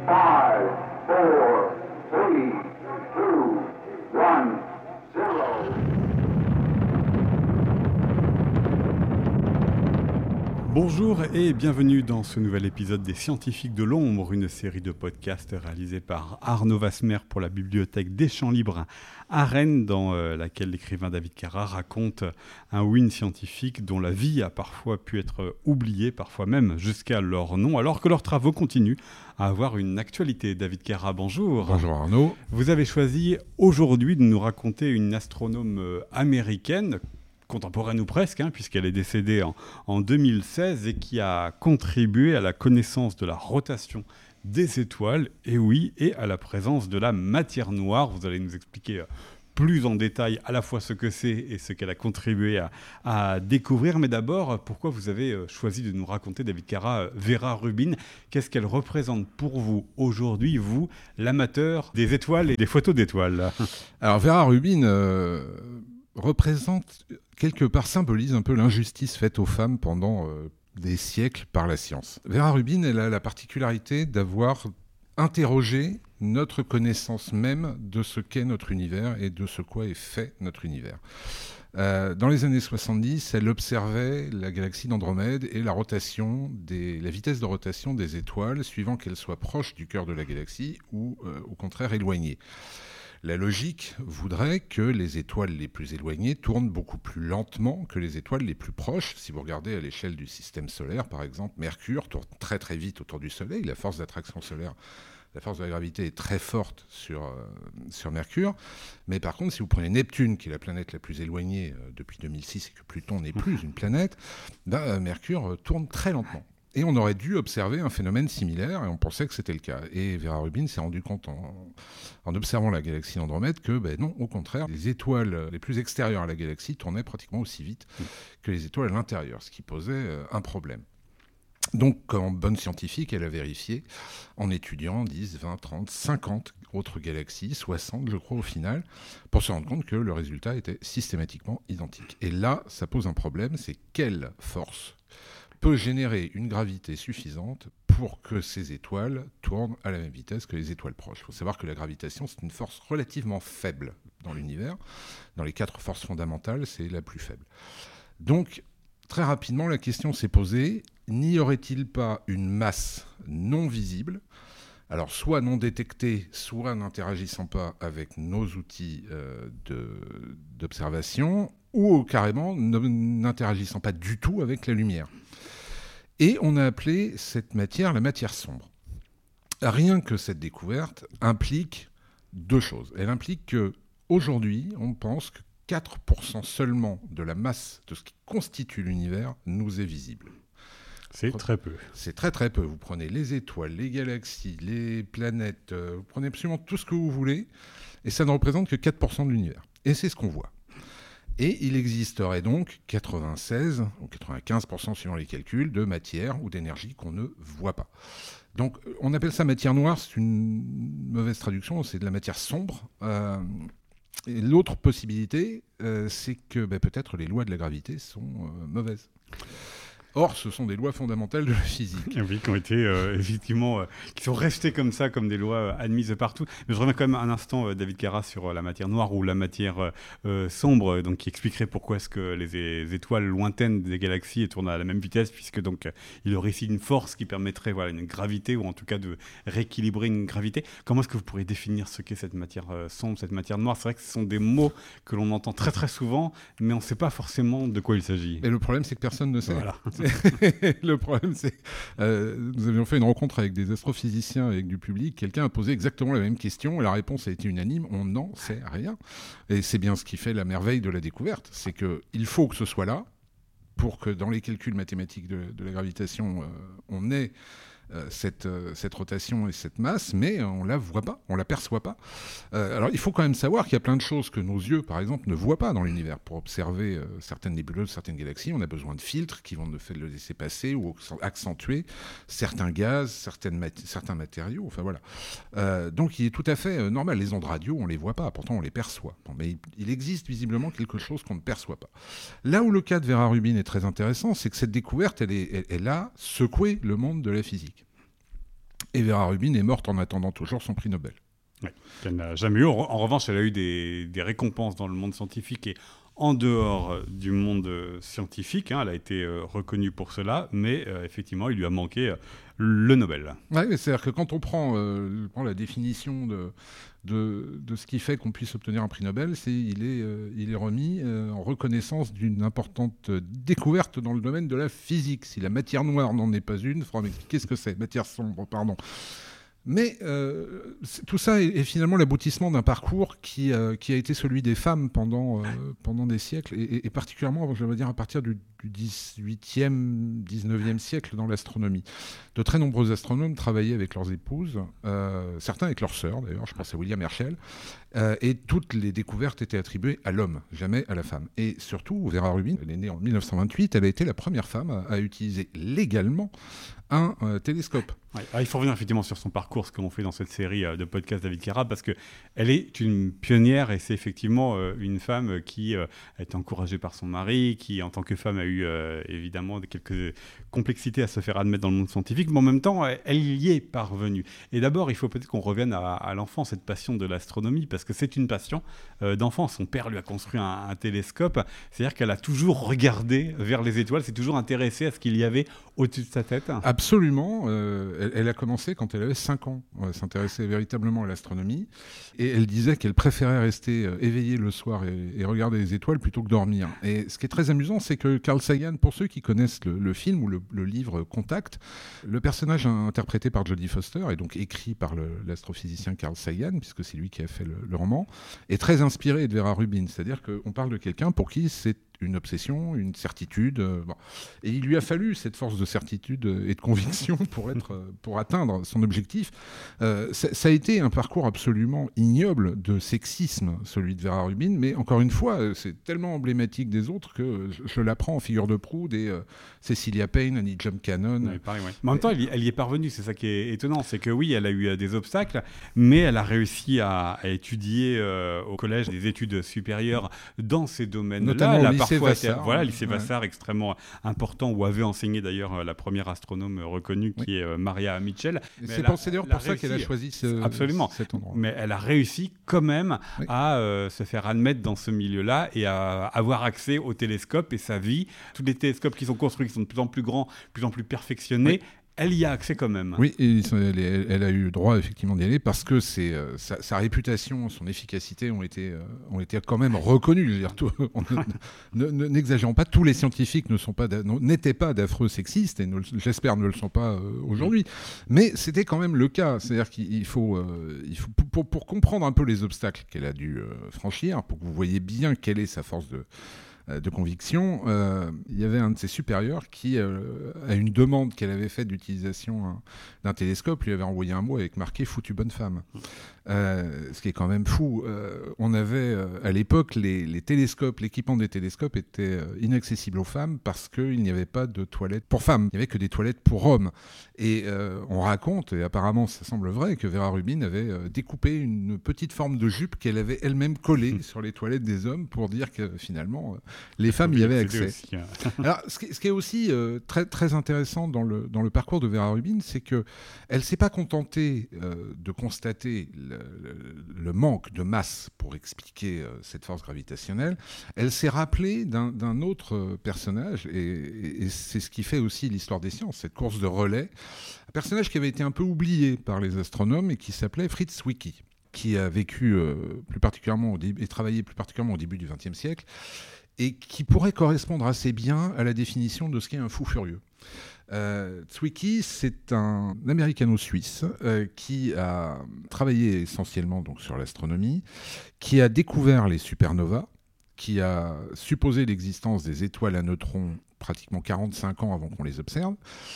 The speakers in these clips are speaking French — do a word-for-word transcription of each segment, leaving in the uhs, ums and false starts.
Five, four, three, two, one, zero. Bonjour et bienvenue dans ce nouvel épisode des Scientifiques de l'Ombre, une série de podcasts réalisés par Arnaud Vasmer pour la bibliothèque des Champs Libres à Rennes, dans euh, laquelle l'écrivain David Carra raconte un win scientifique dont la vie a parfois pu être oubliée, parfois même jusqu'à leur nom, alors que leurs travaux continuent à avoir une actualité. David Carra, bonjour. Bonjour Arnaud. Vous avez choisi aujourd'hui de nous raconter une astronome euh, américaine, contemporaine ou presque, hein, puisqu'elle est décédée en, en deux mille seize et qui a contribué à la connaissance de la rotation des étoiles, et oui, et à la présence de la matière noire. Vous allez nous expliquer plus en détail à la fois ce que c'est et ce qu'elle a contribué à, à découvrir. Mais d'abord, pourquoi vous avez choisi de nous raconter, David Carra, Vera Rubin? Qu'est-ce qu'elle représente pour vous aujourd'hui, vous, l'amateur des étoiles et des photos d'étoiles? Alors Vera Rubin euh, représente, quelque part, symbolise un peu l'injustice faite aux femmes pendant euh, des siècles par la science. Vera Rubin, elle a la particularité d'avoir interrogé notre connaissance même de ce qu'est notre univers et de ce quoi est fait notre univers. Euh, dans les années soixante-dix, elle observait la galaxie d'Andromède et la rotation des, la vitesse de rotation des étoiles, suivant qu'elles soient proches du cœur de la galaxie ou euh, au contraire éloignées. La logique voudrait que les étoiles les plus éloignées tournent beaucoup plus lentement que les étoiles les plus proches. Si vous regardez à l'échelle du système solaire, par exemple, Mercure tourne très très vite autour du Soleil. La force d'attraction solaire, la force de la gravité est très forte sur, euh, sur Mercure. Mais par contre, si vous prenez Neptune, qui est la planète la plus éloignée euh, depuis deux mille six et que Pluton n'est plus une planète, ben, euh, Mercure euh, tourne très lentement. Et on aurait dû observer un phénomène similaire, et on pensait que c'était le cas. Et Vera Rubin s'est rendu compte en, en observant la galaxie d'Andromède que ben non, au contraire, les étoiles les plus extérieures à la galaxie tournaient pratiquement aussi vite que les étoiles à l'intérieur, ce qui posait euh, un problème. Donc, en bonne scientifique, elle a vérifié en étudiant dix, vingt, trente, cinquante autres galaxies, soixante je crois au final, pour se rendre compte que le résultat était systématiquement identique. Et là, ça pose un problème, c'est quelle force peut générer une gravité suffisante pour que ces étoiles tournent à la même vitesse que les étoiles proches. Il faut savoir que la gravitation, c'est une force relativement faible dans l'univers. Dans les quatre forces fondamentales, c'est la plus faible. Donc, très rapidement, la question s'est posée, n'y aurait-il pas une masse non visible, alors soit non détectée, soit n'interagissant pas avec nos outils euh, de, d'observation, ou carrément n'interagissant pas du tout avec la lumière. Et on a appelé cette matière la matière sombre. Rien que cette découverte implique deux choses. Elle implique qu'aujourd'hui, on pense que quatre pour cent seulement de la masse de ce qui constitue l'univers nous est visible. C'est très peu. C'est très très peu. Vous prenez les étoiles, les galaxies, les planètes, vous prenez absolument tout ce que vous voulez, et ça ne représente que quatre pour cent de l'univers. Et c'est ce qu'on voit. Et il existerait donc quatre-vingt-seize ou quatre-vingt-quinze pour cent suivant les calculs de matière ou d'énergie qu'on ne voit pas. Donc on appelle ça matière noire, c'est une mauvaise traduction, c'est de la matière sombre. Euh, et l'autre possibilité, euh, c'est que bah, peut-être les lois de la gravité sont euh, mauvaises. Or, ce sont des lois fondamentales de la physique. Oui, qui ont été euh, effectivement, euh, qui sont restées comme ça, comme des lois euh, admises partout. Mais je reviens quand même un instant, euh, David Carra, sur euh, la matière noire ou la matière euh, sombre, donc qui expliquerait pourquoi est-ce que les, les étoiles lointaines des galaxies tournent à la même vitesse, puisque donc euh, il y aurait ici une force qui permettrait, voilà, une gravité, ou en tout cas de rééquilibrer une gravité. Comment est-ce que vous pourriez définir ce qu'est cette matière euh, sombre, cette matière noire? C'est vrai que ce sont des mots que l'on entend très très souvent, mais on ne sait pas forcément de quoi il s'agit. Et le problème, c'est que personne ne sait. Voilà. Le problème, c'est euh, nous avions fait une rencontre avec des astrophysiciens et avec du public. Quelqu'un a posé exactement la même question et la réponse a été unanime. On n'en sait rien. Et c'est bien ce qui fait la merveille de la découverte. C'est qu'il faut que ce soit là pour que dans les calculs mathématiques de, de la gravitation, euh, on ait euh, cette, euh, cette rotation et cette masse, mais on ne la voit pas, on ne la perçoit pas. Euh, alors il faut quand même savoir qu'il y a plein de choses que nos yeux, par exemple, ne voient pas dans l'univers. Pour observer euh, certaines nébuleuses, certaines galaxies, on a besoin de filtres qui vont le faire le laisser passer ou accentuer certains gaz, certaines mat- certains matériaux, enfin voilà. Euh, donc il est tout à fait euh, normal. Les ondes radio, on ne les voit pas, pourtant on les perçoit. Bon, mais il, il existe visiblement quelque chose qu'on ne perçoit pas. Là où le cas de Vera Rubin est très intéressant, c'est que cette découverte, elle, est, elle, elle a secoué le monde de la physique. Et Vera Rubin est morte en attendant toujours son prix Nobel. Ouais, qu'elle n'a jamais eu. En, en revanche, elle a eu des, des récompenses dans le monde scientifique et en dehors du monde scientifique. Hein, elle a été euh, reconnue pour cela, mais euh, effectivement, il lui a manqué euh, le Nobel. Ouais, c'est-à-dire que quand on prend, euh, prend la définition de, de, de ce qui fait qu'on puisse obtenir un prix Nobel, c'est il est, euh, il est remis euh, en reconnaissance d'une importante découverte dans le domaine de la physique. Si la matière noire n'en est pas une, il faudra m'expliquer ce que c'est. Matière sombre, pardon. Mais euh, tout ça est, est finalement l'aboutissement d'un parcours qui, euh, qui a été celui des femmes pendant, euh, pendant des siècles, et, et, et particulièrement, je veux dire, à partir du, du dix-huitième, dix-neuvième siècle dans l'astronomie. De très nombreux astronomes travaillaient avec leurs épouses, euh, certains avec leurs sœurs d'ailleurs, je pense à William Herschel, euh, et toutes les découvertes étaient attribuées à l'homme, jamais à la femme. Et surtout, Vera Rubin, elle est née en mille neuf cent vingt-huit, elle a été la première femme à, à utiliser légalement un euh, télescope. Ouais. Ah, il faut revenir effectivement sur son parcours, ce qu'on fait dans cette série euh, de podcasts David Carrab, parce qu'elle est une pionnière et c'est effectivement euh, une femme qui euh, a été encouragée par son mari, qui en tant que femme a eu euh, évidemment quelques complexités à se faire admettre dans le monde scientifique, mais en même temps, elle, elle y est parvenue. Et d'abord, il faut peut-être qu'on revienne à, à l'enfance, cette passion de l'astronomie, parce que c'est une passion euh, d'enfant. Son père lui a construit un, un télescope, c'est-à-dire qu'elle a toujours regardé vers les étoiles, s'est toujours intéressée à ce qu'il y avait au-dessus de sa tête. Absolument. Euh, elle, elle a commencé quand elle avait cinq ans, à s'intéresser véritablement à l'astronomie. Et elle disait qu'elle préférait rester euh, éveillée le soir et, et regarder les étoiles plutôt que dormir. Et ce qui est très amusant, c'est que Carl Sagan, pour ceux qui connaissent le, le film ou le, le livre Contact, le personnage interprété par Jodie Foster, et donc écrit par le, l'astrophysicien Carl Sagan, puisque c'est lui qui a fait le, le roman, est très inspiré de Vera Rubin. C'est-à-dire qu'on parle de quelqu'un pour qui c'est une obsession, une certitude. Euh, bon. Et il lui a fallu cette force de certitude et de conviction pour, être, pour atteindre son objectif. Euh, ça, ça a été un parcours absolument ignoble de sexisme, celui de Vera Rubin, mais encore une fois, c'est tellement emblématique des autres que je, je l'apprends en figure de proue des euh, Cecilia Payne, Annie Jump Cannon. Oui, pareil, ouais. Mais en même temps, elle y, elle y est parvenue, c'est ça qui est étonnant, c'est que oui, elle a eu euh, des obstacles, mais elle a réussi à, à étudier euh, au collège des études supérieures dans ces domaines-là. Notamment Elle au lycée Vassar. Été, voilà, lycée ouais. Vassar, extrêmement important, où avait enseigné d'ailleurs la première astronome reconnue, qui oui. est euh, Maria Mitchell. C'est, pour, c'est d'ailleurs pour ça qu'elle a choisi ce, absolument. cet endroit. Mais elle a réussi quand même oui. à euh, se faire admettre dans ce milieu-là et à avoir accès au télescope et sa vie. Tous les télescopes qui sont construits, qui sont de plus en plus grands, de plus en plus perfectionnés. Oui. Elle y a accès quand même. Oui, et elle, elle a eu droit effectivement d'y aller parce que c'est, euh, sa, sa réputation, son efficacité ont été, euh, ont été quand même reconnues. Je veux dire, tout, on ne, ne, n'exagérons pas, tous les scientifiques ne sont pas n'étaient pas d'affreux sexistes et ne, j'espère ne le sont pas euh, aujourd'hui. Mais c'était quand même le cas. C'est-à-dire qu'il faut, euh, il faut pour, pour comprendre un peu les obstacles qu'elle a dû euh, franchir, pour que vous voyez bien quelle est sa force de de conviction, euh, il y avait un de ses supérieurs qui, euh, à une demande qu'elle avait faite d'utilisation hein, d'un télescope, lui avait envoyé un mot avec marqué « Foutue bonne femme ». Euh, ce qui est quand même fou. Euh, on avait, euh, à l'époque, les, les télescopes, l'équipement des télescopes était euh, inaccessible aux femmes parce qu'il n'y avait pas de toilettes pour femmes. Il n'y avait que des toilettes pour hommes. Et euh, on raconte, et apparemment ça semble vrai, que Vera Rubin avait euh, découpé une petite forme de jupe qu'elle avait elle-même collée mmh. sur les toilettes des hommes pour dire que finalement, euh, les femmes oui, y avaient accès. Aussi, hein. Alors, ce qui, ce qui est aussi euh, très, très intéressant dans le, dans le parcours de Vera Rubin, c'est qu'elle ne s'est pas contentée euh, de constater le, le, le manque de masse pour expliquer euh, cette force gravitationnelle. Elle s'est rappelée d'un, d'un autre euh, personnage, et, et, et c'est ce qui fait aussi l'histoire des sciences, cette course de relais. Un personnage qui avait été un peu oublié par les astronomes et qui s'appelait Fritz Zwicky, qui a vécu euh, plus particulièrement au début, et travaillé plus particulièrement au début du vingtième siècle, et qui pourrait correspondre assez bien à la définition de ce qu'est un fou furieux. Euh, Zwicky, c'est un américano-suisse euh, qui a travaillé essentiellement donc, sur l'astronomie, qui a découvert les supernovas, qui a supposé l'existence des étoiles à neutrons pratiquement quarante-cinq ans avant qu'on les observe,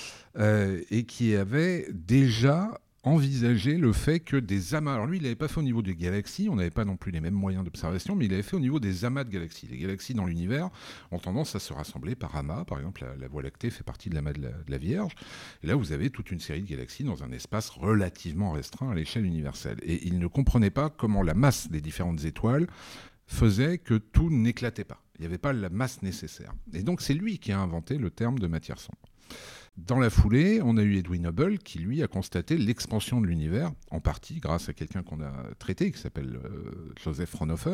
euh, et qui avait déjà envisager le fait que des amas... Alors lui, il n'avait pas fait au niveau des galaxies, on n'avait pas non plus les mêmes moyens d'observation, mais il avait fait au niveau des amas de galaxies. Les galaxies dans l'univers ont tendance à se rassembler par amas. Par exemple, la, la Voie lactée fait partie de l'amas de la, de la Vierge. Et là, vous avez toute une série de galaxies dans un espace relativement restreint à l'échelle universelle. Et il ne comprenait pas comment la masse des différentes étoiles faisait que tout n'éclatait pas. Il n'y avait pas la masse nécessaire. Et donc, c'est lui qui a inventé le terme de matière sombre. Dans la foulée, on a eu Edwin Hubble qui, lui, a constaté l'expansion de l'univers, en partie grâce à quelqu'un qu'on a traité, qui s'appelle euh, Joseph Fraunhofer,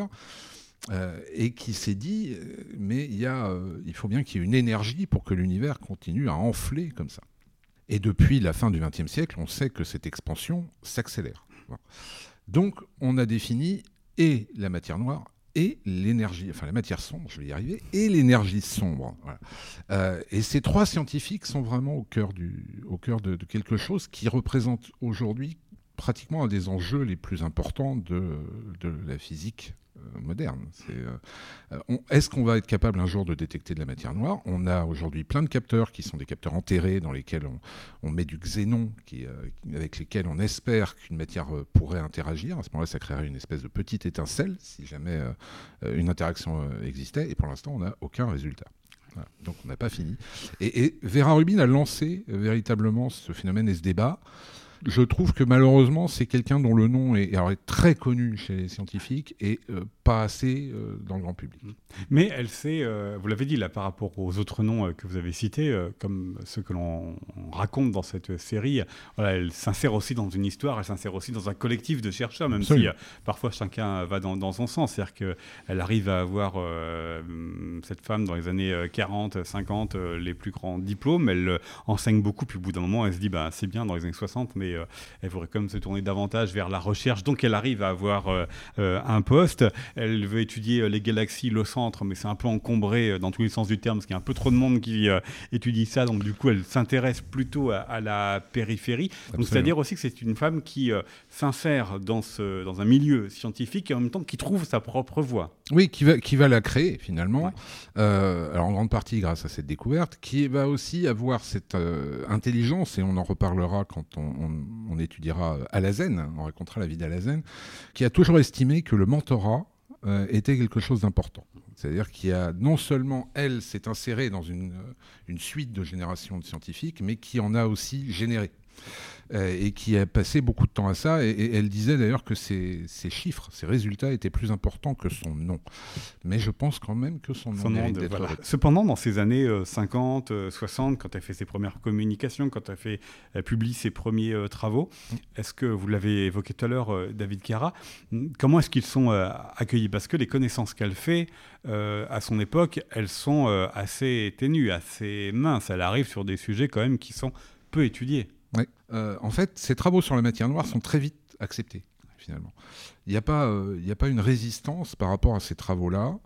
euh, et qui s'est dit, euh, mais il, y a, euh, il faut bien qu'il y ait une énergie pour que l'univers continue à enfler comme ça. Et depuis la fin du vingtième siècle, on sait que cette expansion s'accélère. Bon. Donc, on a défini et la matière noire et l'énergie, enfin la matière sombre, je vais y arriver, et l'énergie sombre. Voilà. Euh, et ces trois scientifiques sont vraiment au cœur, du, au cœur de, de quelque chose qui représente aujourd'hui pratiquement un des enjeux les plus importants de, de la physique euh, moderne. C'est, euh, on, est-ce qu'on va être capable un jour de détecter de la matière noire ? On a aujourd'hui plein de capteurs qui sont des capteurs enterrés dans lesquels on, on met du xénon qui, euh, avec lesquels on espère qu'une matière euh, pourrait interagir. À ce moment-là, ça créerait une espèce de petite étincelle si jamais euh, une interaction euh, existait. Et pour l'instant, on n'a aucun résultat. Voilà. Donc on n'a pas fini. Et, et Vera Rubin a lancé euh, véritablement ce phénomène et ce débat. Je trouve que malheureusement, c'est quelqu'un dont le nom est, alors, est très connu chez les scientifiques et euh, pas assez euh, dans le grand public. Mais elle sait, euh, vous l'avez dit là par rapport aux autres noms euh, que vous avez cités, euh, comme ceux que l'on raconte dans cette série, voilà, elle s'insère aussi dans une histoire, elle s'insère aussi dans un collectif de chercheurs, même Absolument. si euh, parfois chacun va dans, dans son sens. C'est-à-dire qu'elle arrive à avoir, euh, cette femme, dans les années quarante, cinquante, euh, les plus grands diplômes. Elle euh, enseigne beaucoup, puis au bout d'un moment, elle se dit bah, c'est bien dans les années soixante, mais euh, elle voudrait quand même se tourner davantage vers la recherche. Donc elle arrive à avoir euh, euh, un poste. Elle veut étudier euh, les galaxies, le centre, mais c'est un peu encombré euh, dans tous les sens du terme, parce qu'il y a un peu trop de monde qui euh, étudie ça. Donc du coup, elle s'intéresse plutôt à, à la périphérie. Donc, c'est-à-dire aussi que c'est une femme qui euh, s'insère dans, ce, dans un milieu scientifique et en même temps qui trouve sa propre voie. Oui, qui va, qui va la créer finalement. Ouais. Euh, alors en grande partie grâce à cette découverte, qui va aussi avoir cette euh, intelligence, et on en reparlera quand on, on, on étudiera Alazen, on racontera la vie d'Alazen, qui a toujours estimé que le mentorat euh, était quelque chose d'important. C'est-à-dire qu'il y a non seulement, elle, s'est insérée dans une, une suite de générations de scientifiques, mais qui en a aussi généré. Euh, et qui a passé beaucoup de temps à ça. Et, et elle disait d'ailleurs que ses, ses chiffres, ses résultats étaient plus importants que son nom. Mais je pense quand même que son, son nom mérite d'être voilà. Cependant, dans ces années euh, cinquante, soixante, quand elle fait ses premières communications, quand elle, fait, elle publie ses premiers euh, travaux, mmh. est-ce que, vous l'avez évoqué tout à l'heure, euh, David Chiara, comment est-ce qu'ils sont euh, accueillis ? Parce que les connaissances qu'elle fait, euh, à son époque, elles sont euh, assez ténues, assez minces. Elle arrive sur des sujets quand même qui sont peu étudiés. Oui. Euh, en fait, ces travaux sur la matière noire sont très vite acceptés, finalement. Il n'y a pas, euh, il n'y a pas une résistance par rapport à ces travaux-là,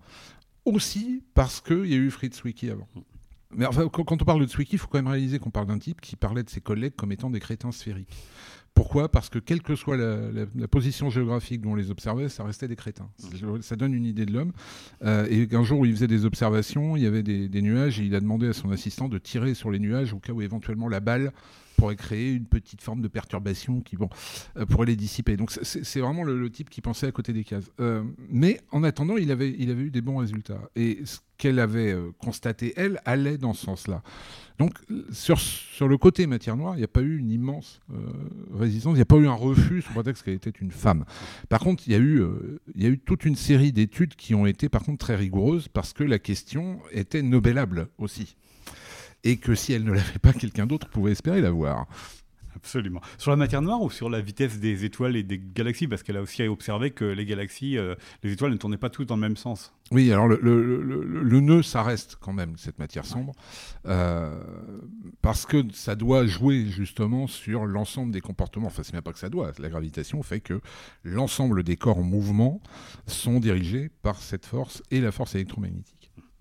aussi parce qu'il y a eu Fritz Zwicky avant. Mais enfin, quand on parle de Zwicky, il faut quand même réaliser qu'on parle d'un type qui parlait de ses collègues comme étant des crétins sphériques. Pourquoi ? Parce que quelle que soit la, la, la position géographique dont on les observait, ça restait des crétins. Ça donne une idée de l'homme. Euh, et un jour où il faisait des observations, il y avait des, des nuages, et il a demandé à son assistant de tirer sur les nuages au cas où éventuellement la balle pourrait créer une petite forme de perturbation qui bon, euh, pourrait les dissiper. Donc c'est, c'est vraiment le, le type qui pensait à côté des cases. Euh, mais en attendant, il avait, il avait eu des bons résultats. Et ce qu'elle avait euh, constaté, elle, allait dans ce sens-là. Donc sur, sur le côté matière noire, il n'y a pas eu une immense euh, résistance, il n'y a pas eu un refus sous prétexte qu'elle était une femme. Par contre, il y a eu, euh, il y a eu toute une série d'études qui ont été par contre très rigoureuses parce que la question était nobelable aussi. Et que si elle ne l'avait pas, quelqu'un d'autre pouvait espérer l'avoir. Absolument. Sur la matière noire ou sur la vitesse des étoiles et des galaxies ? Parce qu'elle a aussi observé que les galaxies, euh, les étoiles ne tournaient pas toutes dans le même sens. Oui, alors le, le, le, le nœud, ça reste quand même cette matière sombre, euh, parce que ça doit jouer justement sur l'ensemble des comportements. Enfin, c'est même pas que ça doit. La gravitation fait que l'ensemble des corps en mouvement sont dirigés par cette force et la force électromagnétique.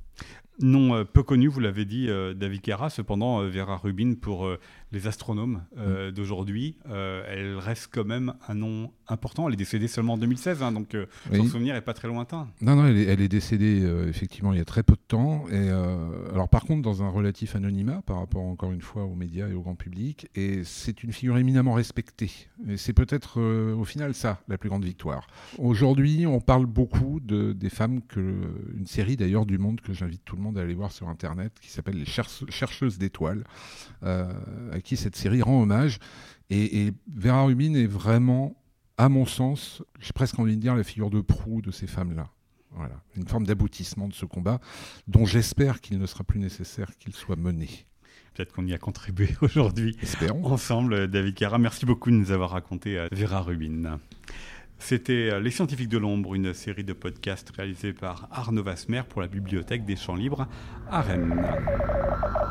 Nom euh, peu connu, vous l'avez dit, euh, David Chiara. Cependant, euh, Vera Rubin, pour euh, les astronomes euh, mmh. d'aujourd'hui, euh, elle reste quand même un nom important. Elle est décédée seulement en deux mille seize, hein, donc euh, oui. son souvenir n'est pas très lointain. Non, non, elle est, elle est décédée euh, effectivement il y a très peu de temps. Et, euh, alors par contre, dans un relatif anonymat par rapport encore une fois aux médias et au grand public. Et c'est une figure éminemment respectée. Et c'est peut-être euh, au final ça, la plus grande victoire. Aujourd'hui, on parle beaucoup de, des femmes, que, une série d'ailleurs du Monde que j'invite tout le monde à aller voir sur Internet, qui s'appelle Les Cherche- Chercheuses d'étoiles, euh, à qui cette série rend hommage. Et, et Vera Rubin est vraiment, à mon sens, j'ai presque envie de dire la figure de proue de ces femmes-là. Voilà, une forme d'aboutissement de ce combat, dont j'espère qu'il ne sera plus nécessaire qu'il soit mené. peut-être qu'on y a contribué aujourd'hui. Espérons. Ensemble, David Cara, merci beaucoup de nous avoir raconté euh, Vera Rubin. C'était Les Scientifiques de l'Ombre, une série de podcasts réalisés par Arnaud Vasmer pour la Bibliothèque des Champs Libres à Rennes.